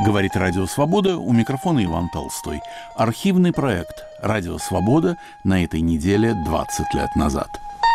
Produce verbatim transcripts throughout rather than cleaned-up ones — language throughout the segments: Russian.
Говорит Радио Свобода, у микрофона Иван Толстой. Архивный проект «Радио Свобода» на этой неделе двадцать лет назад.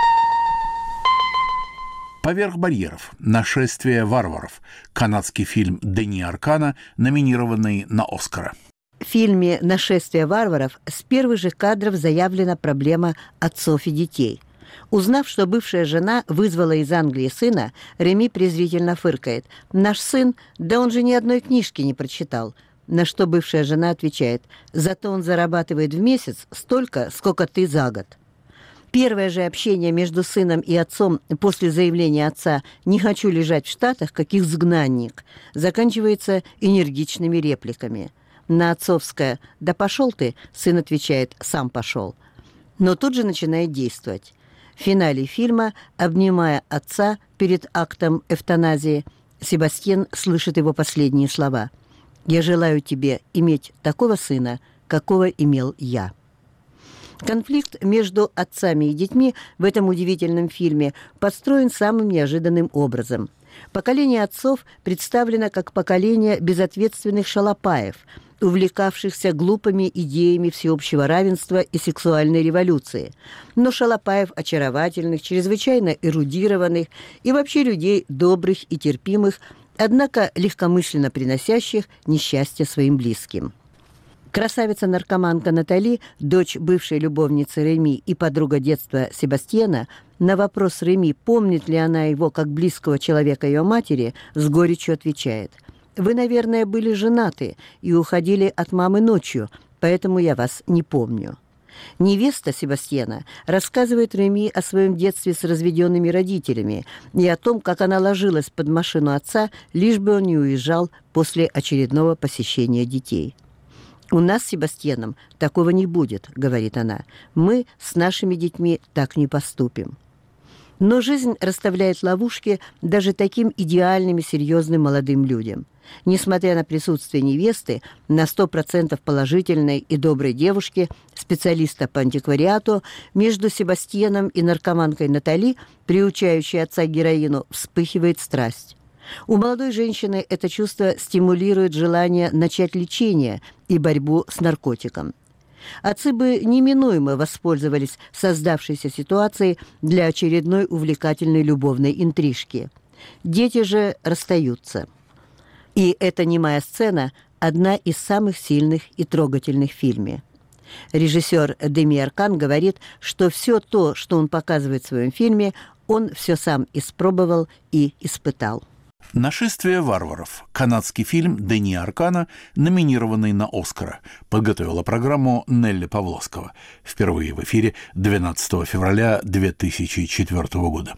«Поверх барьеров. Нашествие варваров». Канадский фильм Дэни Аркана, номинированный на «Оскара». В фильме «Нашествие варваров» с первых же кадров заявлена проблема отцов и детей. Узнав, что бывшая жена вызвала из Англии сына, Реми презрительно фыркает: «Наш сын? Да он же ни одной книжки не прочитал». На что бывшая жена отвечает: «Зато он зарабатывает в месяц столько, сколько ты за год». Первое же общение между сыном и отцом после заявления отца «не хочу лежать в Штатах, как изгнанник» заканчивается энергичными репликами. На отцовское «да пошел ты» сын отвечает «сам пошел». Но тут же начинает действовать. В финале фильма, обнимая отца перед актом эвтаназии, Себастьян слышит его последние слова: «Я желаю тебе иметь такого сына, какого имел я». Конфликт между отцами и детьми в этом удивительном фильме построен самым неожиданным образом. Поколение отцов представлено как поколение безответственных шалопаев, увлекавшихся глупыми идеями всеобщего равенства и сексуальной революции. Но шалопаев очаровательных, чрезвычайно эрудированных и вообще людей добрых и терпимых, однако легкомысленно приносящих несчастье своим близким. Красавица-наркоманка Натали, дочь бывшей любовницы Реми и подруга детства Себастьяна, на вопрос Реми, помнит ли она его как близкого человека ее матери, с горечью отвечает: «Вы, наверное, были женаты и уходили от мамы ночью, поэтому я вас не помню». Невеста Себастьяна рассказывает Реми о своем детстве с разведенными родителями и о том, как она ложилась под машину отца, лишь бы он не уезжал после очередного посещения детей. «У нас с Себастьяном такого не будет», — говорит она. «Мы с нашими детьми так не поступим». Но жизнь расставляет ловушки даже таким идеальным и серьезным молодым людям. Несмотря на присутствие невесты, на сто процентов положительной и доброй девушки, специалиста по антиквариату, между Себастьяном и наркоманкой Натали, приучающей отца к героину, вспыхивает страсть. У молодой женщины это чувство стимулирует желание начать лечение и борьбу с наркотиком. Отцы бы неминуемо воспользовались создавшейся ситуацией для очередной увлекательной любовной интрижки. Дети же расстаются. И эта немая сцена – одна из самых сильных и трогательных в фильме. Режиссер Дэни Аркан говорит, что все то, что он показывает в своем фильме, он все сам испробовал и испытал. «Нашествие варваров». Канадский фильм Дэни Аркана, номинированный на «Оскара». Подготовила программу Нелли Павловского. Впервые в эфире двенадцатого февраля две тысячи четвёртого года.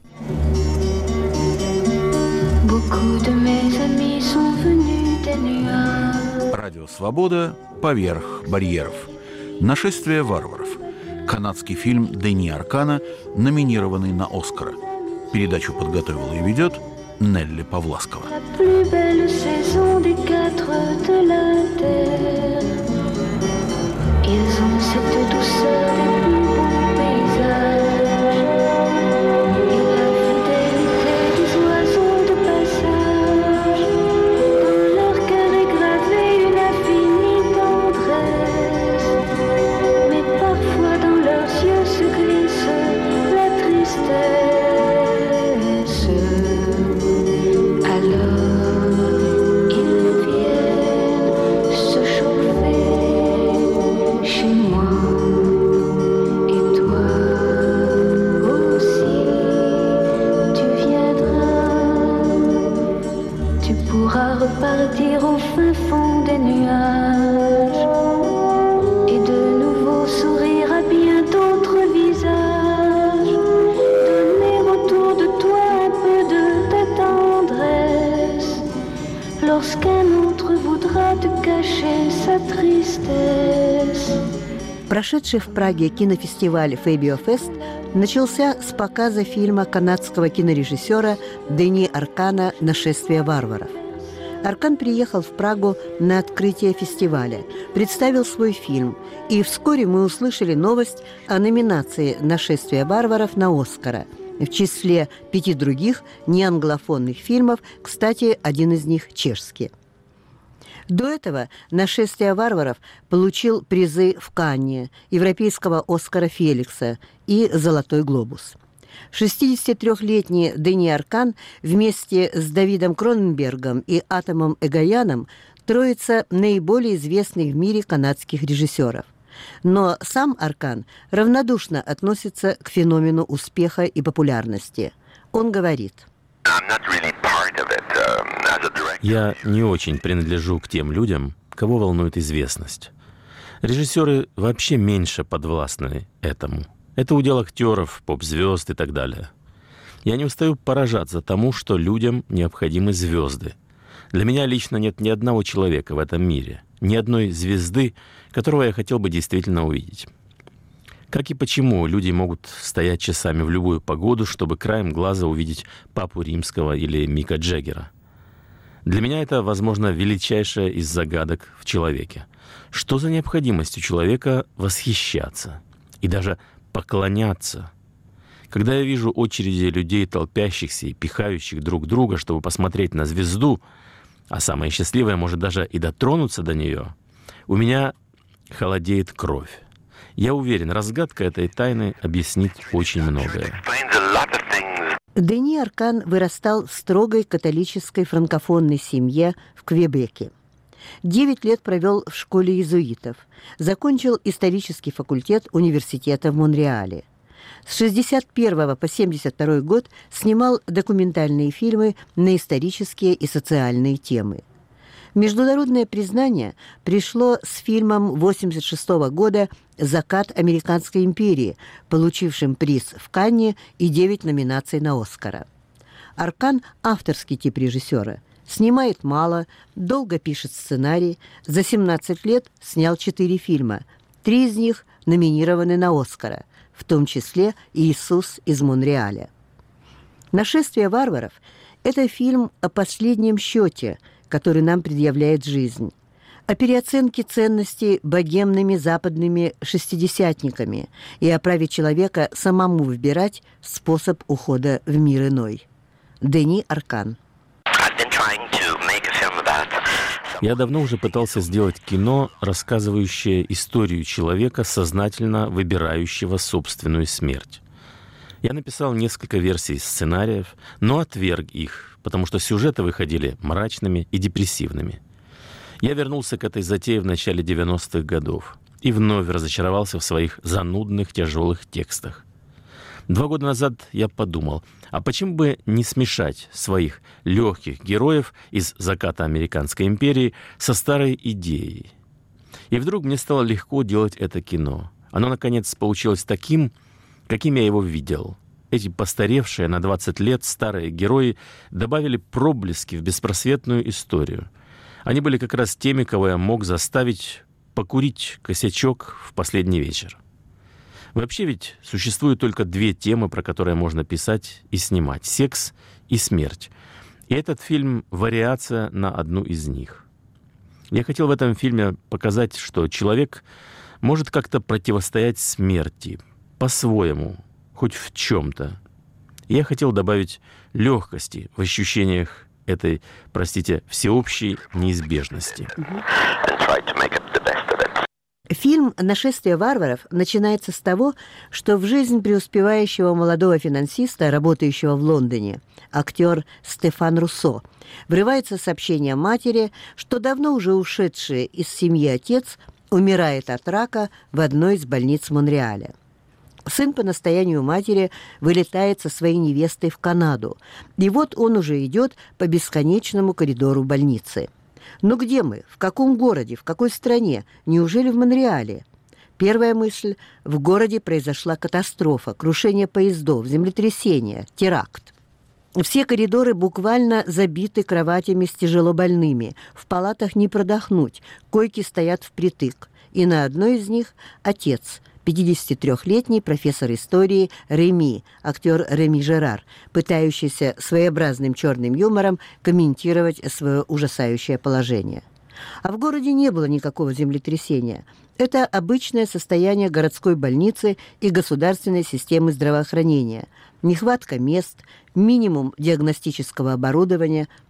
Радио Свобода. Поверх барьеров. «Нашествие варваров». Канадский фильм Дэни Аркана, номинированный на «Оскара». Передачу подготовила и ведет Нелли Павловского. Repartir au fin fond des nuages et de nouveau sourire à bien d'autres visages, donner autour de toi un peu de ta tendresse lorsqu'un autre voudra te cacher sa tristesse. Прошедший в Праге кинофестиваль Фэбио Фест начался с показа фильма канадского кинорежиссера Дэни Аркана «Нашествие варваров». Аркан приехал в Прагу на открытие фестиваля, представил свой фильм, и вскоре мы услышали новость о номинации «Нашествие варваров» на «Оскара». В числе пяти других неанглофонных фильмов, кстати, один из них чешский. До этого «Нашествие варваров» получил призы в Канне, Европейского Оскара Феликса и «Золотой глобус». шестидесятитрёхлетний Дени Аркан вместе с Давидом Кроненбергом и Атомом Эгояном троица наиболее известных в мире канадских режиссеров. Но сам Аркан равнодушно относится к феномену успеха и популярности. Он говорит: «Я не очень принадлежу к тем людям, кого волнует известность. Режиссеры вообще меньше подвластны этому. Это удел актеров, поп-звезд и так далее. Я не устаю поражаться тому, что людям необходимы звезды. Для меня лично нет ни одного человека в этом мире, ни одной звезды, которого я хотел бы действительно увидеть. Как и почему люди могут стоять часами в любую погоду, чтобы краем глаза увидеть Папу Римского или Мика Джаггера. Для меня это, возможно, величайшая из загадок в человеке. Что за необходимость у человека восхищаться и даже поклоняться? Когда я вижу очереди людей, толпящихся и пихающих друг друга, чтобы посмотреть на звезду, а самое счастливое может даже и дотронуться до нее, у меня холодеет кровь. Я уверен, разгадка этой тайны объяснит очень многое». Дени Аркан вырастал в строгой католической франкофонной семье в Квебеке. Девять лет провел в школе иезуитов. Закончил исторический факультет университета в Монреале. С шестьдесят первого по семьдесят второй год снимал документальные фильмы на исторические и социальные темы. Международное признание пришло с фильмом восемьдесят шестого года «Закат американской империи», получившим приз в Канне и девять номинаций на Оскара. Аркан – авторский тип режиссера. Снимает мало, долго пишет сценарий. За семнадцать лет снял четыре фильма. Три из них номинированы на Оскара, в том числе «Иисус из Монреаля». «Нашествие варваров» – это фильм о последнем счете, который нам предъявляет жизнь, о переоценке ценностей богемными западными шестидесятниками и о праве человека самому выбирать способ ухода в мир иной. Дени Аркан. Я давно уже пытался сделать кино, рассказывающее историю человека, сознательно выбирающего собственную смерть. Я написал несколько версий сценариев, но отверг их, потому что сюжеты выходили мрачными и депрессивными. Я вернулся к этой затее в начале девяностых годов и вновь разочаровался в своих занудных, тяжелых текстах. Два года назад я подумал, а почему бы не смешать своих легких героев из «Заката американской империи» со старой идеей? И вдруг мне стало легко делать это кино. Оно, наконец, получилось таким, каким я его видел. Эти постаревшие на двадцать лет старые герои добавили проблески в беспросветную историю. Они были как раз теми, кого я мог заставить покурить косячок в последний вечер. Вообще ведь существует только две темы, про которые можно писать и снимать: секс и смерть. И этот фильм — вариация на одну из них. Я хотел в этом фильме показать, что человек может как-то противостоять смерти по-своему, хоть в чем-то. Я хотел добавить легкости в ощущениях этой, простите, всеобщей неизбежности. Фильм «Нашествие варваров» начинается с того, что в жизнь преуспевающего молодого финансиста, работающего в Лондоне, актер Стефан Руссо, врывается сообщение матери, что давно уже ушедший из семьи отец умирает от рака в одной из больниц Монреаля. Сын по настоянию матери вылетает со своей невестой в Канаду, и вот он уже идет по бесконечному коридору больницы. Но где мы? В каком городе? В какой стране? Неужели в Монреале? Первая мысль – в городе произошла катастрофа, крушение поездов, землетрясение, теракт. Все коридоры буквально забиты кроватями с тяжелобольными, в палатах не продохнуть, койки стоят впритык, и на одной из них – отец – пятидесятитрёхлетний профессор истории Реми, актер Реми Жерар, пытающийся своеобразным черным юмором комментировать свое ужасающее положение. А в городе не было никакого землетрясения. Это обычное состояние городской больницы и государственной системы здравоохранения. Нехватка мест, минимум диагностического оборудования,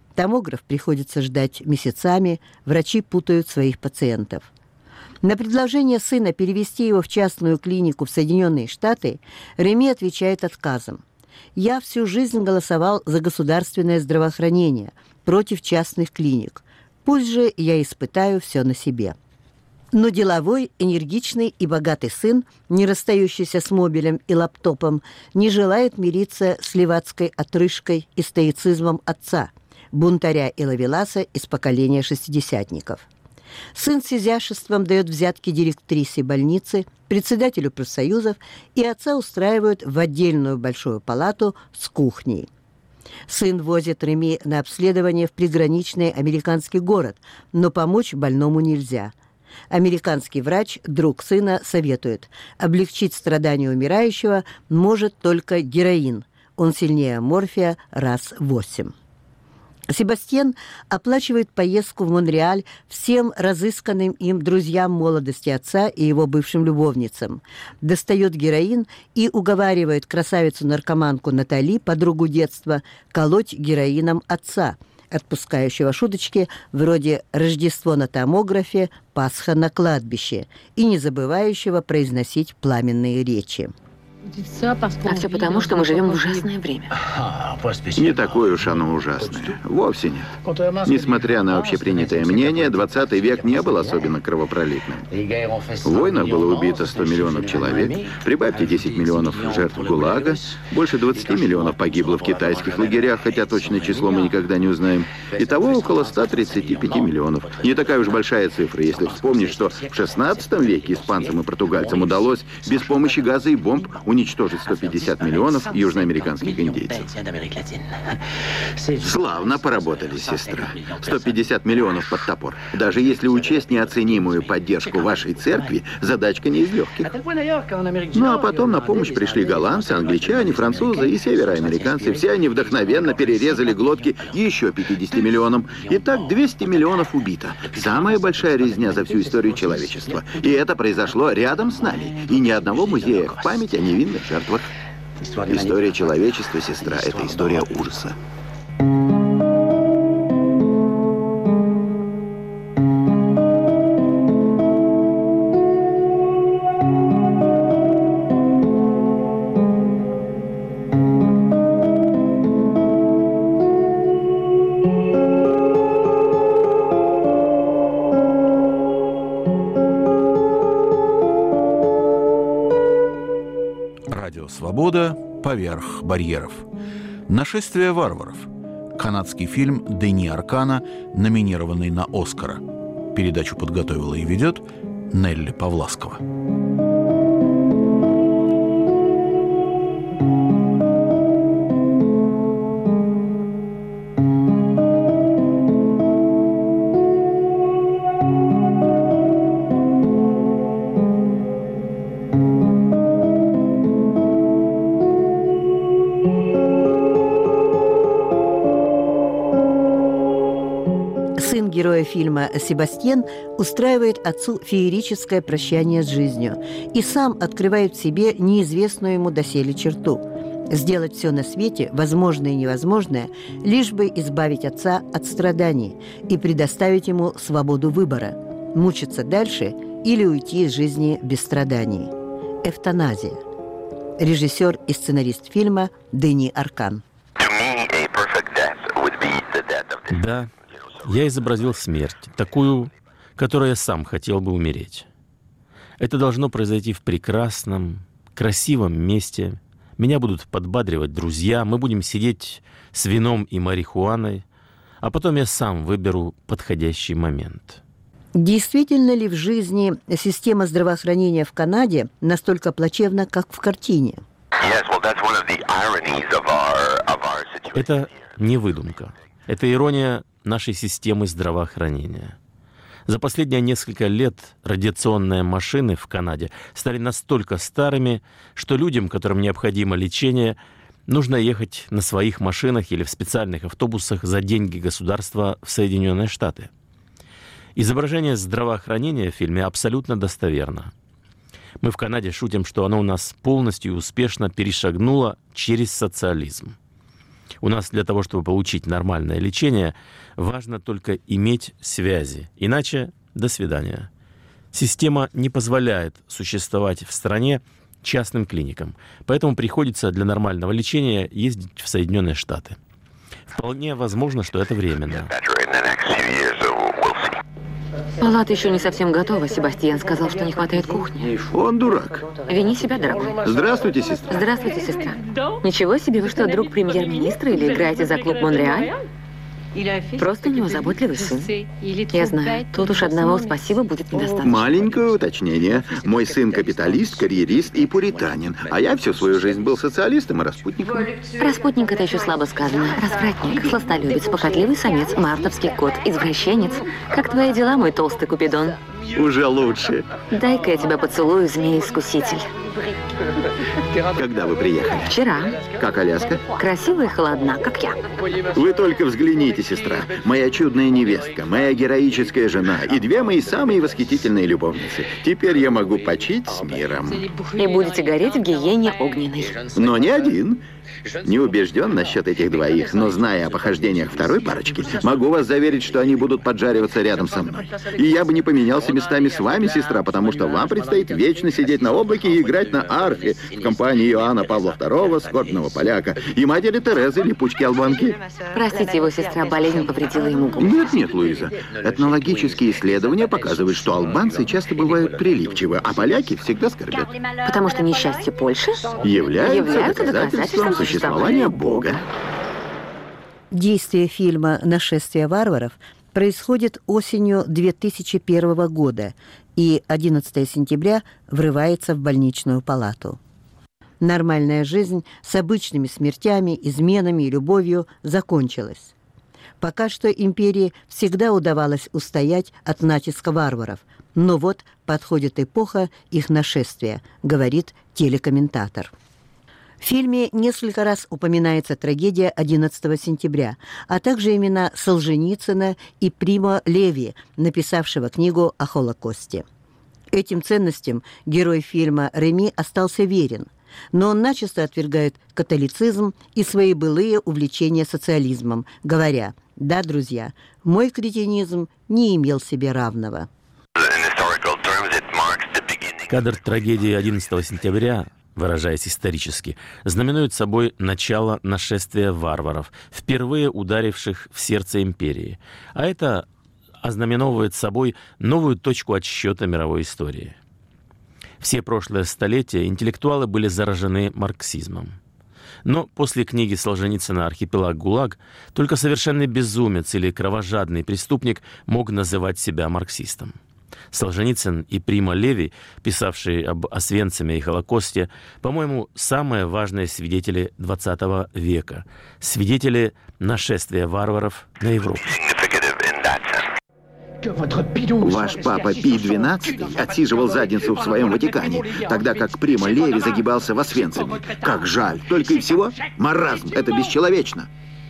Томограф приходится ждать месяцами, врачи путают своих пациентов. На предложение сына перевести его в частную клинику в Соединенные Штаты Реми отвечает отказом. «Я всю жизнь голосовал за государственное здравоохранение, против частных клиник. Пусть же я испытаю все на себе». Но деловой, энергичный и богатый сын, не расстающийся с мобилем и лаптопом, не желает мириться с левацкой отрыжкой и стоицизмом отца, бунтаря и ловеласа из поколения шестидесятников. Сын с изяществом дает взятки директрисе больницы, председателю профсоюзов, и отца устраивают в отдельную большую палату с кухней. Сын возит Реми на обследование в приграничный американский город, но помочь больному нельзя. Американский врач, друг сына, советует: облегчить страдания умирающего может только героин. Он сильнее морфия раз в восемь. Себастьян оплачивает поездку в Монреаль всем разысканным им друзьям молодости отца и его бывшим любовницам, достает героин и уговаривает красавицу-наркоманку Натали, подругу детства, колоть героином отца, отпускающего шуточки вроде «Рождество на томографе, Пасха на кладбище» и не забывающего произносить пламенные речи. А все потому, что мы живем в ужасное время. Не такое уж оно ужасное. Вовсе нет. Несмотря на общепринятое мнение, двадцатый век не был особенно кровопролитным. В войнах было убито сто миллионов человек, прибавьте десять миллионов жертв ГУЛАГа, больше двадцати миллионов погибло в китайских лагерях, хотя точное число мы никогда не узнаем. Итого около ста тридцати пяти миллионов. Не такая уж большая цифра, если вспомнить, что в шестнадцатом веке испанцам и португальцам удалось без помощи газа и бомб уничтожить сто пятьдесят миллионов южноамериканских индейцев. Славно поработали, сестра. сто пятьдесят миллионов под топор. Даже если учесть неоценимую поддержку вашей церкви, задачка не из легких. Ну а потом на помощь пришли голландцы, англичане, французы и североамериканцы. Все они вдохновенно перерезали глотки еще пятидесяти миллионам. Итак, двести миллионов убито. Самая большая резня за всю историю человечества. И это произошло рядом с нами. И ни одного музея в память о невинных жертвах. История человечества, сестра, это история ужаса. «Свобода поверх барьеров». «Нашествие варваров». Канадский фильм Дени Аркана, номинированный на «Оскара». Передачу подготовила и ведет Нелли Павласкова. Героя фильма Себастьян устраивает отцу феерическое прощание с жизнью и сам открывает в себе неизвестную ему доселе черту – сделать все на свете, возможное и невозможное, лишь бы избавить отца от страданий и предоставить ему свободу выбора – мучиться дальше или уйти из жизни без страданий. Эвтаназия. Режиссер и сценарист фильма Дени Аркан. Да. Я изобразил смерть, такую, которой я сам хотел бы умереть. Это должно произойти в прекрасном, красивом месте. Меня будут подбадривать друзья, мы будем сидеть с вином и марихуаной, а потом я сам выберу подходящий момент. Действительно ли в жизни система здравоохранения в Канаде настолько плачевна, как в картине? Это не выдумка. Это ирония нашей системы здравоохранения. За последние несколько лет радиационные машины в Канаде стали настолько старыми, что людям, которым необходимо лечение, нужно ехать на своих машинах или в специальных автобусах за деньги государства в Соединенные Штаты. Изображение здравоохранения в фильме абсолютно достоверно. Мы в Канаде шутим, что оно у нас полностью успешно перешагнуло через социализм. У нас для того, чтобы получить нормальное лечение, важно только иметь связи. Иначе до свидания. Система не позволяет существовать в стране частным клиникам. Поэтому приходится для нормального лечения ездить в Соединенные Штаты. Вполне возможно, что это временно. Палата еще не совсем готова. Себастьян сказал, что не хватает кухни. Он дурак. Вини себя, дорогой. Здравствуйте, сестра. Здравствуйте, сестра. Ничего себе, вы что, друг премьер-министра или играете за клуб Монреаль? Просто неузаботливый сын. Я знаю, тут уж одного спасибо будет недостаточно. Маленькое уточнение. Мой сын капиталист, карьерист и пуританин. А я всю свою жизнь был социалистом и распутником. Распутник — это еще слабо сказано. Развратник, сластолюбец, похотливый самец, мартовский кот, извращенец. Как твои дела, мой толстый купидон? Уже лучше. Дай-ка я тебя поцелую, змей-искуситель. Когда вы приехали? Вчера. Как Аляска? Красивая и холодна, как я. Вы только взгляните, сестра. Моя чудная невестка, моя героическая жена и две мои самые восхитительные любовницы. Теперь я могу почить с миром. И будете гореть в гиене огненной. Но не один. Не убежден насчет этих двоих, но зная о похождениях второй парочки, могу вас заверить, что они будут поджариваться рядом со мной. И я бы не поменялся местами с вами, сестра, потому что вам предстоит вечно сидеть на облаке и играть на арфе в компании Иоанна Павла второго, скорбного поляка, и матери Терезы, липучки-албанки. Простите его, сестра, болезнь повредила ему губы. Нет, нет, Луиза. Этнологические исследования показывают, что албанцы часто бывают прилипчивы, а поляки всегда скорбят. Потому что несчастье Польши Являются, являются доказательством существования Бога. Действие фильма «Нашествие варваров» происходит осенью две тысячи первого года, и одиннадцатого сентября врывается в больничную палату. Нормальная жизнь с обычными смертями, изменами и любовью закончилась. Пока что империи всегда удавалось устоять от натиска варваров, но вот подходит эпоха их нашествия, говорит телекомментатор. В фильме несколько раз упоминается трагедия одиннадцатого сентября, а также имена Солженицына и Примо Леви, написавшего книгу о Холокосте. Этим ценностям герой фильма Реми остался верен, но он начисто отвергает католицизм и свои былые увлечения социализмом, говоря: «Да, друзья, мой кретинизм не имел себе равного». Кадр трагедии одиннадцатого сентября, выражаясь исторически, знаменует собой начало нашествия варваров, впервые ударивших в сердце империи. А это ознаменовывает собой новую точку отсчета мировой истории. Все прошлые столетия интеллектуалы были заражены марксизмом. Но после книги Солженицына «Архипелаг ГУЛАГ» только совершенный безумец или кровожадный преступник мог называть себя марксистом. Солженицын и Примо Леви, писавшие об Освенциме и Холокосте, по-моему, самые важные свидетели двадцатого века, свидетели нашествия варваров на Европу. Ваш папа Пий двенадцатый отсиживал задницу в своем Ватикане, тогда как Примо Леви загибался в Освенциме. Как жаль, только и всего. Маразм, это бесчеловечно.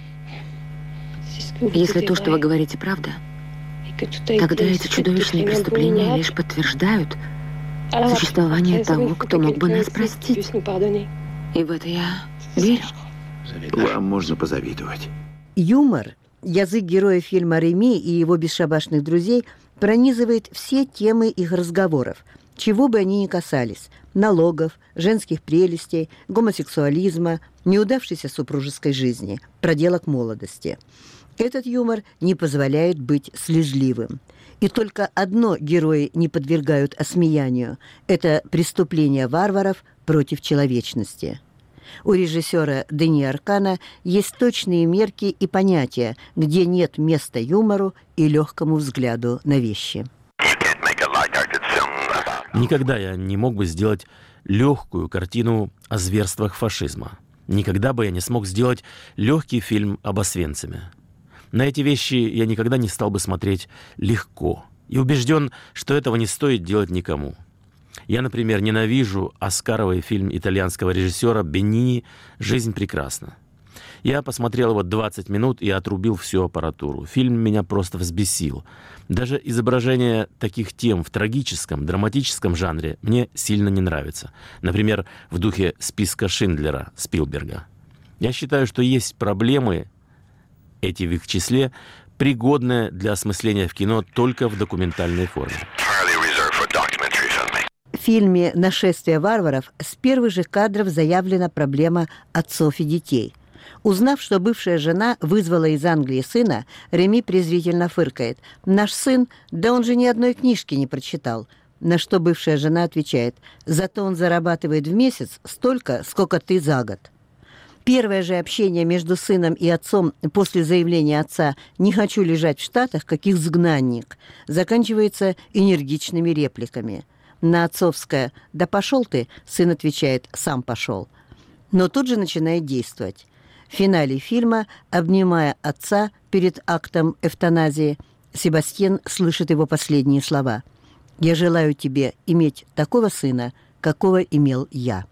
Если то, что вы говорите, правда, тогда эти чудовищные преступления лишь подтверждают существование того, кто мог бы нас простить. И в это я верю. Вам можно позавидовать. Юмор, язык героя фильма «Реми» и его бесшабашных друзей пронизывает все темы их разговоров, чего бы они ни касались – налогов, женских прелестей, гомосексуализма, неудавшейся супружеской жизни, проделок молодости. Этот юмор не позволяет быть слезливым. И только одно герои не подвергают осмеянию – это преступление варваров против человечности. У режиссера Дени Аркана есть точные мерки и понятия, где нет места юмору и легкому взгляду на вещи. Никогда я не мог бы сделать легкую картину о зверствах фашизма. Никогда бы я не смог сделать легкий фильм об Освенциме. На эти вещи я никогда не стал бы смотреть легко. И убежден, что этого не стоит делать никому. Я, например, ненавижу оскаровый фильм итальянского режиссера Бенини «Жизнь прекрасна». Я посмотрел его двадцать минут и отрубил всю аппаратуру. Фильм меня просто взбесил. Даже изображение таких тем в трагическом, драматическом жанре мне сильно не нравится. Например, в духе «Списка Шиндлера» Спилберга. Я считаю, что есть проблемы, эти в их числе, пригодные для осмысления в кино только в документальной форме. В фильме «Нашествие варваров» с первых же кадров заявлена проблема отцов и детей. Узнав, что бывшая жена вызвала из Англии сына, Реми презрительно фыркает: «Наш сын? Да он же ни одной книжки не прочитал». На что бывшая жена отвечает: «Зато он зарабатывает в месяц столько, сколько ты за год». Первое же общение между сыном и отцом после заявления отца «не хочу лежать в Штатах, как изгнанник» заканчивается энергичными репликами. На отцовское «да пошел ты» сын отвечает «сам пошел». Но тут же начинает действовать. В финале фильма, обнимая отца перед актом эвтаназии, Себастьян слышит его последние слова: «Я желаю тебе иметь такого сына, какого имел я».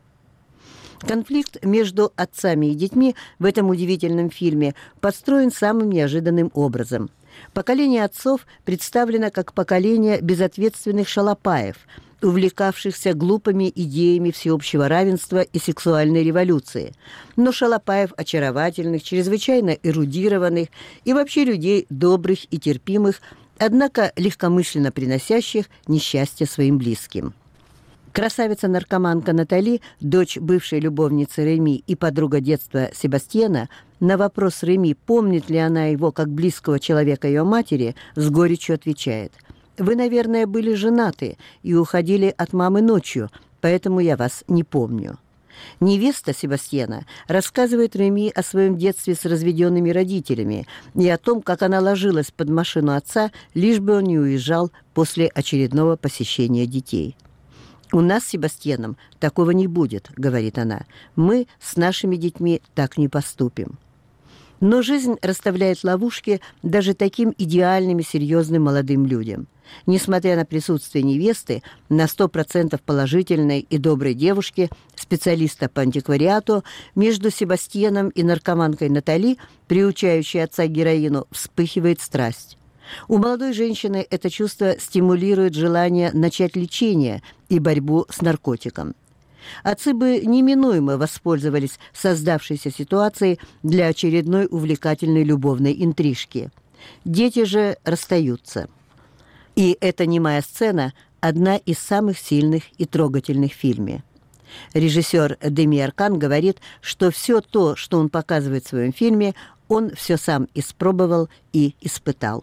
Конфликт между отцами и детьми в этом удивительном фильме построен самым неожиданным образом. Поколение отцов представлено как поколение безответственных шалопаев, увлекавшихся глупыми идеями всеобщего равенства и сексуальной революции. Но шалопаев очаровательных, чрезвычайно эрудированных и вообще людей добрых и терпимых, однако легкомысленно приносящих несчастье своим близким. Красавица-наркоманка Натали, дочь бывшей любовницы Реми и подруга детства Себастьяна, на вопрос Реми, помнит ли она его как близкого человека ее матери, с горечью отвечает: «Вы, наверное, были женаты и уходили от мамы ночью, поэтому я вас не помню». Невеста Себастьяна рассказывает Реми о своем детстве с разведенными родителями и о том, как она ложилась под машину отца, лишь бы он не уезжал после очередного посещения детей. «У нас с Себастьяном такого не будет», — говорит она. «Мы с нашими детьми так не поступим». Но жизнь расставляет ловушки даже таким идеальным и серьезным молодым людям. Несмотря на присутствие невесты, на сто процентов положительной и доброй девушки, специалиста по антиквариату, между Себастьяном и наркоманкой Натали, приучающей отца к героину, вспыхивает страсть. У молодой женщины это чувство стимулирует желание начать лечение и борьбу с наркотиком. Отцы бы неминуемо воспользовались создавшейся ситуацией для очередной увлекательной любовной интрижки. Дети же расстаются. И эта немая сцена – одна из самых сильных и трогательных в фильме. Режиссер Деми Аркан говорит, что все то, что он показывает в своем фильме, он все сам испробовал и испытал.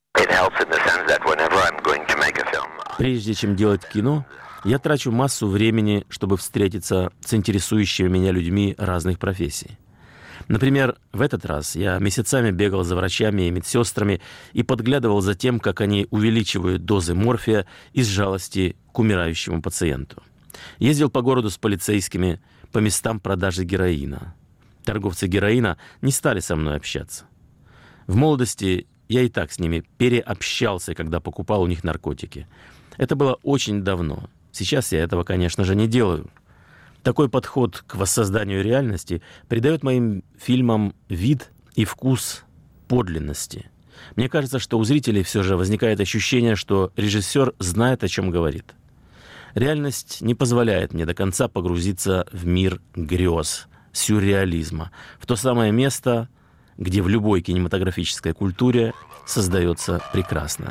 Прежде чем делать кино, я трачу массу времени, чтобы встретиться с интересующими меня людьми разных профессий. Например, в этот раз я месяцами бегал за врачами и медсестрами и подглядывал за тем, как они увеличивают дозы морфия из жалости к умирающему пациенту. Ездил по городу с полицейскими по местам продажи героина. Торговцы героина не стали со мной общаться. В молодости я и так с ними переобщался, когда покупал у них наркотики. Это было очень давно. Сейчас я этого, конечно же, не делаю. Такой подход к воссозданию реальности придает моим фильмам вид и вкус подлинности. Мне кажется, что у зрителей все же возникает ощущение, что режиссер знает, о чем говорит. Реальность не позволяет мне до конца погрузиться в мир грез, сюрреализма, в то самое место, где в любой кинематографической культуре создается прекрасное.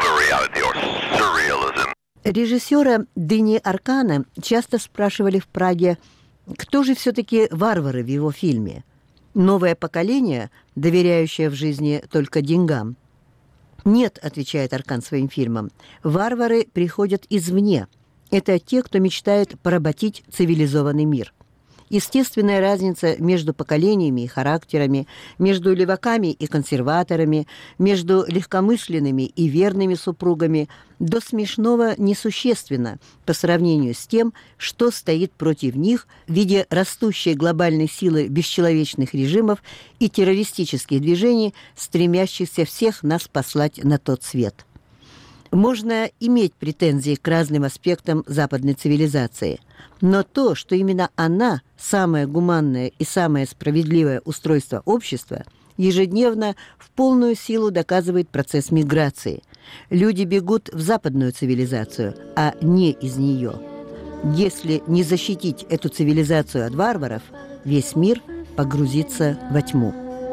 Режиссера Дени Аркана часто спрашивали в Праге, кто же все-таки варвары в его фильме? Новое поколение, доверяющее в жизни только деньгам? Нет, отвечает Аркан своим фильмам, варвары приходят извне. Это те, кто мечтает поработить цивилизованный мир. Естественная разница между поколениями и характерами, между леваками и консерваторами, между легкомысленными и верными супругами до смешного несущественна по сравнению с тем, что стоит против них в виде растущей глобальной силы бесчеловечных режимов и террористических движений, стремящихся всех нас послать на тот свет. Можно иметь претензии к разным аспектам западной цивилизации, но то, что именно она самое гуманное и самое справедливое устройство общества, ежедневно в полную силу доказывает процесс миграции. Люди бегут в западную цивилизацию, а не из нее. Если не защитить эту цивилизацию от варваров, весь мир погрузиться во тьму.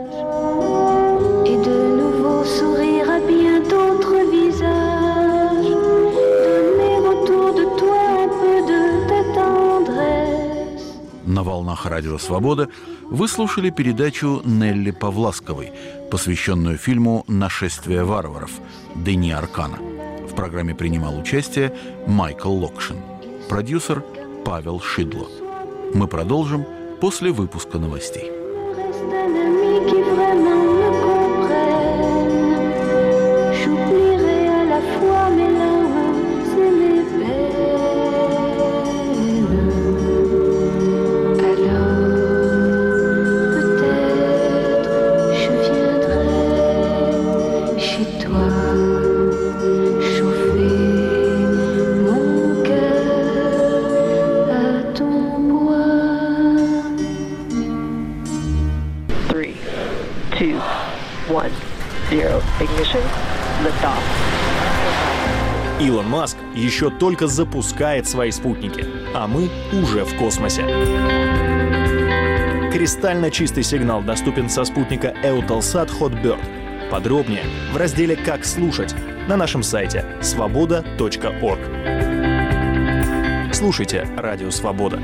На волнах Радио Свобода вы слушали передачу Нелли Павласковой, посвященную фильму «Нашествие варваров» Дени Аркана. В программе принимал участие Майкл Локшин. Продюсер Павел Шидло. Мы продолжим после выпуска новостей. Илон Маск еще только запускает свои спутники, а мы уже в космосе. Кристально чистый сигнал доступен со спутника Eutelsat Hotbird. Подробнее в разделе «Как слушать» на нашем сайте свобода точка орг. Слушайте Радио Свобода.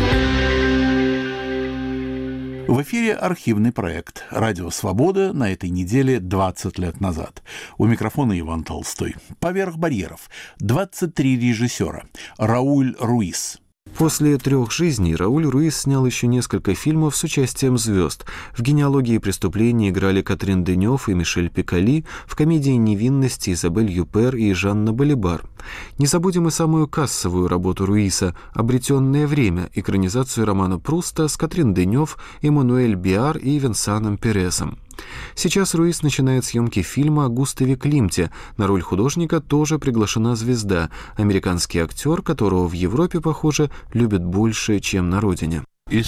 В эфире архивный проект «Радио Свобода» на этой неделе двадцать лет назад. У микрофона Иван Толстой. «Поверх барьеров» двадцать три режиссера. Рауль Руис. После трех жизней Рауль Руис снял еще несколько фильмов с участием звезд. В «Генеалогии преступления» играли Катрин Денев и Мишель Пиколи, в комедии «Невинности» Изабель Юпер и Жанна Балибар. Не забудем и самую кассовую работу Руиса «Обретенное время», экранизацию романа Пруста с Катрин Денев, Эммануэль Биар и Венсаном Пересом. Сейчас Руис начинает съемки фильма о Густаве Климте. На роль художника тоже приглашена звезда, американский актер, которого в Европе, похоже, любят больше, чем на родине.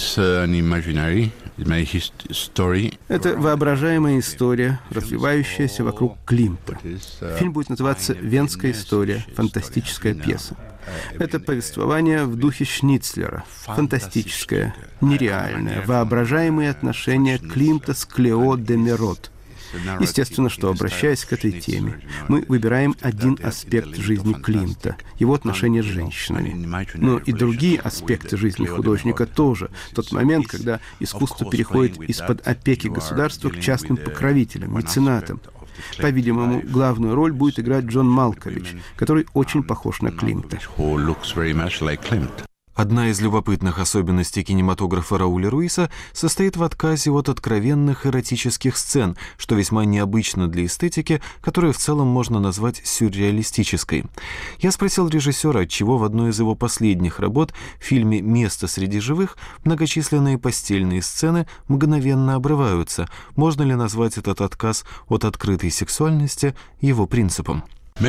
Это воображаемая история, развивающаяся вокруг Климта. Фильм будет называться «Венская история. Фантастическая пьеса». Это повествование в духе Шницлера. Фантастическое, нереальное, воображаемые отношения Климта с Клео де Мерот. Естественно, что, обращаясь к этой теме, мы выбираем один аспект жизни Климта, его отношения с женщинами. Но и другие аспекты жизни художника тоже. Тот момент, когда искусство переходит из-под опеки государства к частным покровителям, меценатам. По-видимому, главную роль будет играть Джон Малкович, который очень похож на Климта. Одна из любопытных особенностей кинематографа Рауля Руиса состоит в отказе от откровенных эротических сцен, что весьма необычно для эстетики, которую в целом можно назвать сюрреалистической. Я спросил режиссера, отчего в одной из его последних работ, в фильме «Место среди живых», многочисленные постельные сцены мгновенно обрываются. Можно ли назвать этот отказ от открытой сексуальности его принципом?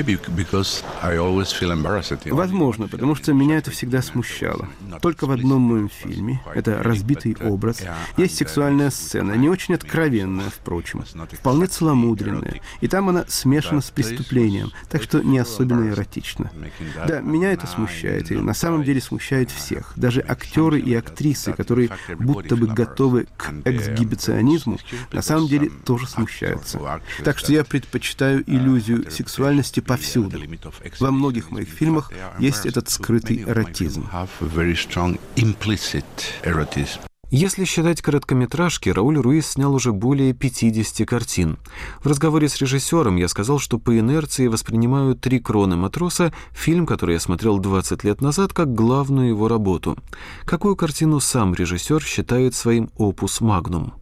Возможно, потому что меня это всегда смущало. Только в одном моем фильме, это «Разбитый образ», есть сексуальная сцена, не очень откровенная, впрочем, вполне целомудренная, и там она смешана с преступлением, так что не особенно эротично. Да, меня это смущает, и на самом деле смущает всех. Даже актеры и актрисы, которые будто бы готовы к эксгибиционизму, на самом деле тоже смущаются. Так что я предпочитаю иллюзию сексуальности повсюду. Во многих моих фильмах есть этот скрытый эротизм. Если считать короткометражки, Рауль Руис снял уже более пятидесяти картин. В разговоре с режиссером я сказал, что по инерции воспринимаю «Три кроны матроса», фильм, который я смотрел двадцать лет назад, как главную его работу. Какую картину сам режиссер считает своим опус магнум?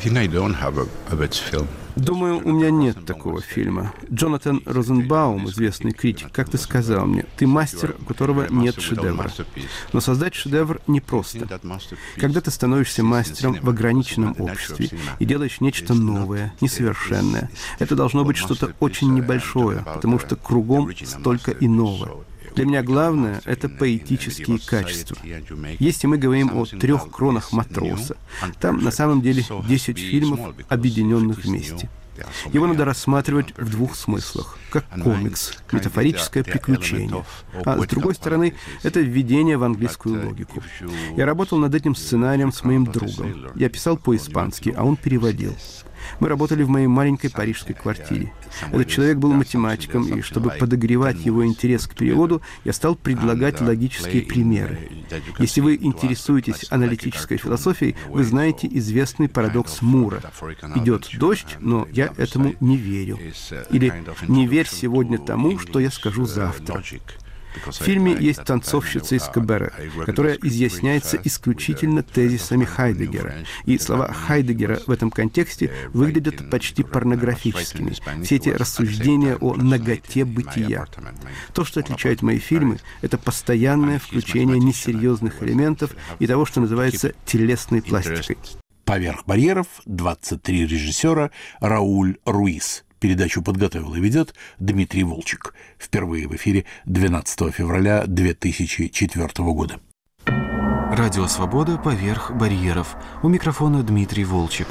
Думаю, у меня нет такого фильма. Джонатан Розенбаум, известный критик, как-то сказал мне: «Ты мастер, у которого нет шедевра». Но создать шедевр непросто. Когда ты становишься мастером в ограниченном обществе и делаешь нечто новое, несовершенное, это должно быть что-то очень небольшое, потому что кругом столько иного. Для меня главное — это поэтические качества. Если мы говорим о «Трех кронах матроса», там на самом деле десять фильмов, объединенных вместе. Его надо рассматривать в двух смыслах. Как комикс, метафорическое приключение. А с другой стороны, это введение в английскую логику. Я работал над этим сценарием с моим другом. Я писал по-испански, а он переводил. Мы работали в моей маленькой парижской квартире. Этот человек был математиком, и чтобы подогревать его интерес к переводу, я стал предлагать логические примеры. Если вы интересуетесь аналитической философией, вы знаете известный парадокс Мура. Идет дождь, но я этому не верю. Или «не верь сегодня тому, что я скажу завтра». В фильме есть танцовщица из кабаре, которая изъясняется исключительно тезисами Хайдеггера. И слова Хайдеггера в этом контексте выглядят почти порнографическими. Все эти рассуждения о наготе бытия. То, что отличает мои фильмы, это постоянное включение несерьезных элементов и того, что называется телесной пластикой. «Поверх барьеров», двадцать три режиссера, Рауль Руис. Передачу подготовил и ведет Дмитрий Волчек. Впервые в эфире двенадцатого февраля две тысячи четвёртого года. Радио «Свобода. Поверх барьеров». У микрофона Дмитрий Волчек.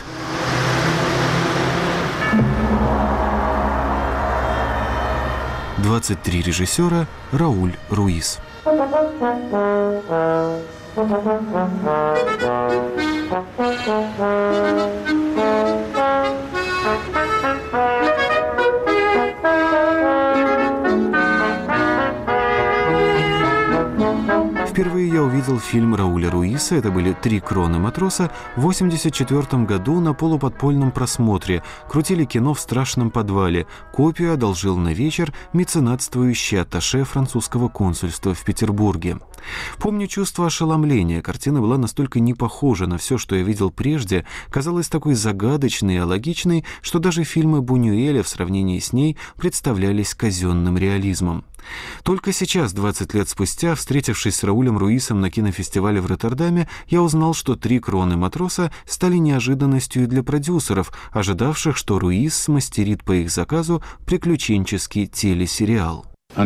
двадцать три режиссера, Рауль Руис. Впервые я увидел фильм Рауля Руиса, это были «Три кроны матроса», в восемьдесят четвёртом году на полуподпольном просмотре. Крутили кино в страшном подвале. Копию одолжил на вечер меценатствующий атташе французского консульства в Петербурге. Помню чувство ошеломления. Картина была настолько не похожа на все, что я видел прежде, казалась такой загадочной и алогичной, что даже фильмы Бунюэля в сравнении с ней представлялись казенным реализмом. Только сейчас, двадцать лет спустя, встретившись с Раулем Руисом на кинофестивале в Роттердаме, я узнал, что «Три кроны матроса» стали неожиданностью и для продюсеров, ожидавших, что Руис смастерит по их заказу приключенческий телесериал.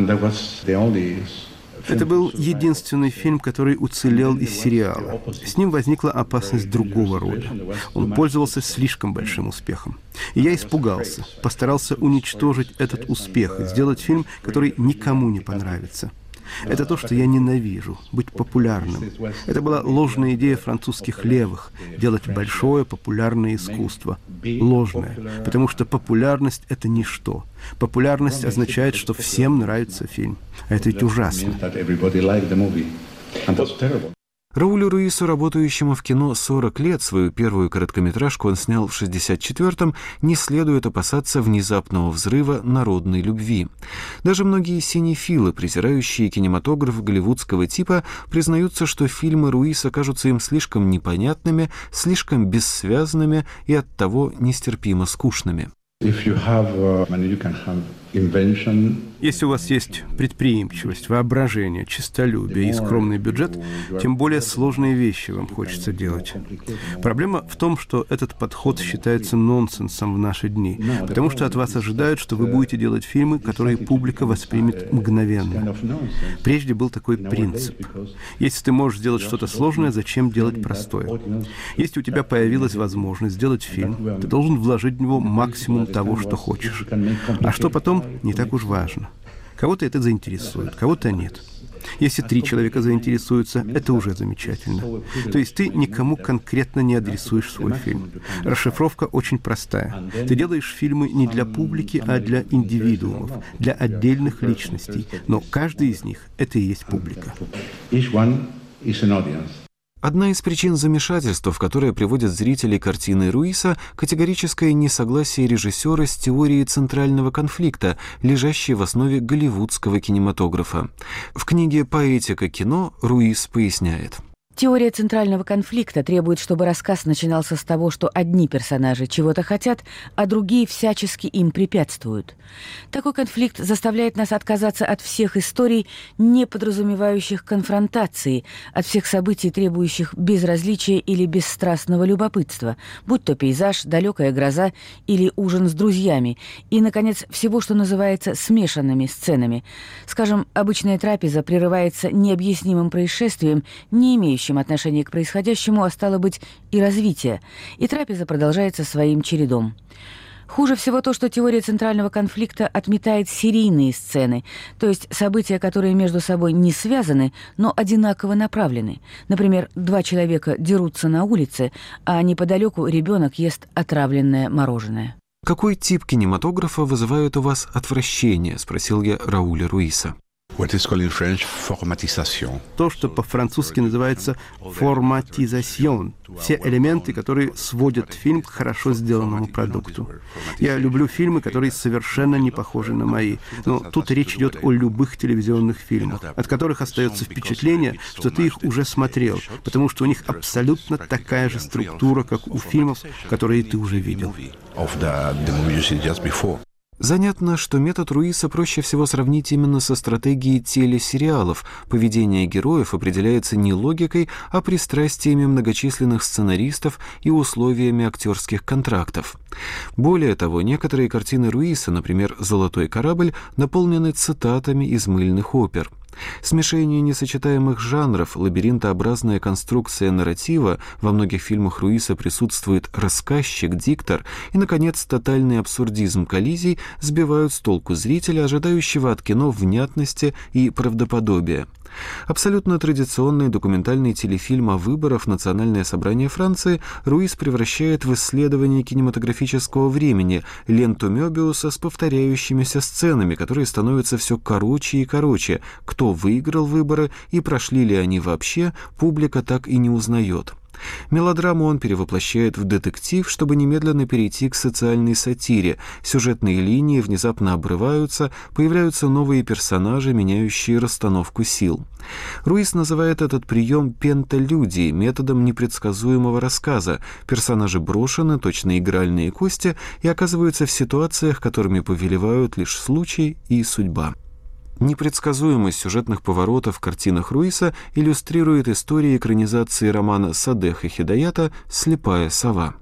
Это был единственный фильм, который уцелел из сериала. С ним возникла опасность другого рода. Он пользовался слишком большим успехом. И я испугался, постарался уничтожить этот успех и сделать фильм, который никому не понравится. Это то, что я ненавижу — быть популярным. Это была ложная идея французских левых — делать большое популярное искусство. Ложное, потому что популярность — это ничто. Популярность означает, что всем нравится фильм. А это ведь ужасно. Раулю Руису, работающему в кино сорок лет, свою первую короткометражку он снял в шестьдесят четвёртом, не следует опасаться внезапного взрыва народной любви. Даже многие синефилы, презирающие кинематограф голливудского типа, признаются, что фильмы Руиса кажутся им слишком непонятными, слишком бессвязными и оттого нестерпимо скучными. Если у вас есть предприимчивость, воображение, честолюбие и скромный бюджет, тем более сложные вещи вам хочется делать. Проблема в том, что этот подход считается нонсенсом в наши дни, потому что от вас ожидают, что вы будете делать фильмы, которые публика воспримет мгновенно. Прежде был такой принцип. Если ты можешь сделать что-то сложное, зачем делать простое? Если у тебя появилась возможность сделать фильм, ты должен вложить в него максимум того, что хочешь. А что потом, не так уж важно. Кого-то это заинтересует, кого-то нет. Если три человека заинтересуются, это уже замечательно. То есть ты никому конкретно не адресуешь свой фильм. Расшифровка очень простая. Ты делаешь фильмы не для публики, а для индивидуумов, для отдельных личностей. Но каждый из них — это и есть публика. Одна из причин замешательства, в которое приводят зрителей картины Руиса, категорическое несогласие режиссера с теорией центрального конфликта, лежащей в основе голливудского кинематографа. В книге «Поэтика кино» Руис поясняет. Теория центрального конфликта требует, чтобы рассказ начинался с того, что одни персонажи чего-то хотят, а другие всячески им препятствуют. Такой конфликт заставляет нас отказаться от всех историй, не подразумевающих конфронтации, от всех событий, требующих безразличия или бесстрастного любопытства, будь то пейзаж, далекая гроза или ужин с друзьями, и, наконец, всего, что называется смешанными сценами. Скажем, обычная трапеза прерывается необъяснимым происшествием, не имеющим отношение к происходящему, а стало быть и развитие, и трапеза продолжается своим чередом. Хуже всего то, что теория центрального конфликта отметает серийные сцены, то есть события, которые между собой не связаны, но одинаково направлены. Например, два человека дерутся на улице, а неподалеку ребенок ест отравленное мороженое. «Какой тип кинематографа вызывает у вас отвращение?» – спросил я Рауля Руиса. То, что по-французски называется форматизацион. Все элементы, которые сводят фильм к хорошо сделанному продукту. Я люблю фильмы, которые совершенно не похожи на мои. Но тут речь идет о любых телевизионных фильмах, от которых остается впечатление, что ты их уже смотрел, потому что у них абсолютно такая же структура, как у фильмов, которые ты уже видел. Занятно, что метод Руиса проще всего сравнить именно со стратегией телесериалов. Поведение героев определяется не логикой, а пристрастиями многочисленных сценаристов и условиями актерских контрактов. Более того, некоторые картины Руиса, например, «Золотой корабль», наполнены цитатами из мыльных опер. Смешение несочетаемых жанров, лабиринтообразная конструкция нарратива, во многих фильмах Руиса присутствует рассказчик, диктор, и, наконец, тотальный абсурдизм коллизий сбивают с толку зрителя, ожидающего от кино внятности и правдоподобия. Абсолютно традиционный документальный телефильм о выборах в Национальное собрание Франции Руис превращает в исследование кинематографического времени, ленту Мёбиуса с повторяющимися сценами, которые становятся все короче и короче. Кто выиграл выборы и прошли ли они вообще, публика так и не узнает. Мелодраму он перевоплощает в детектив, чтобы немедленно перейти к социальной сатире. Сюжетные линии внезапно обрываются, появляются новые персонажи, меняющие расстановку сил. Руис называет этот прием пенталюдией, методом непредсказуемого рассказа. Персонажи брошены, точно игральные кости, и оказываются в ситуациях, которыми повелевают лишь случай и судьба. Непредсказуемость сюжетных поворотов в картинах Руиса иллюстрирует история экранизации романа Садеха Хидаята «Слепая сова».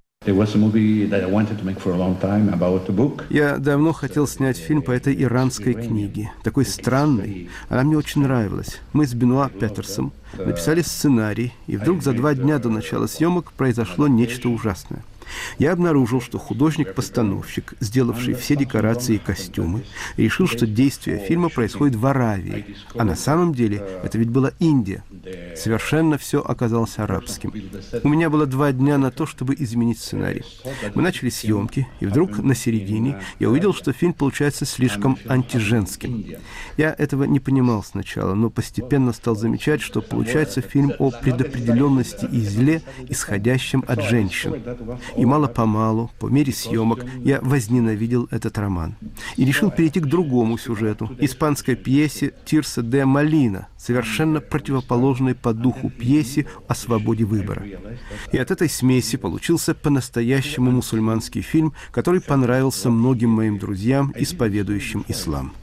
Я давно хотел снять фильм по этой иранской книге. Такой странной. Она мне очень нравилась. Мы с Бенуа Петерсом написали сценарий, и вдруг за два дня до начала съемок произошло нечто ужасное. Я обнаружил, что художник-постановщик, сделавший все декорации и костюмы, решил, что действие фильма происходит в Аравии, а на самом деле это ведь была Индия. Совершенно все оказалось арабским. У меня было два дня на то, чтобы изменить сценарий. Мы начали съемки, и вдруг на середине я увидел, что фильм получается слишком антиженским. Я этого не понимал сначала, но постепенно стал замечать, что получается фильм о предопределенности и зле, исходящем от женщин. И мало-помалу, по мере съемок, я возненавидел этот роман. И решил перейти к другому сюжету, испанской пьесе «Тирса де Молина», совершенно противоположной по духу пьесе о свободе выбора. И от этой смеси получился по-настоящему мусульманский фильм, который понравился многим моим друзьям, исповедующим ислам.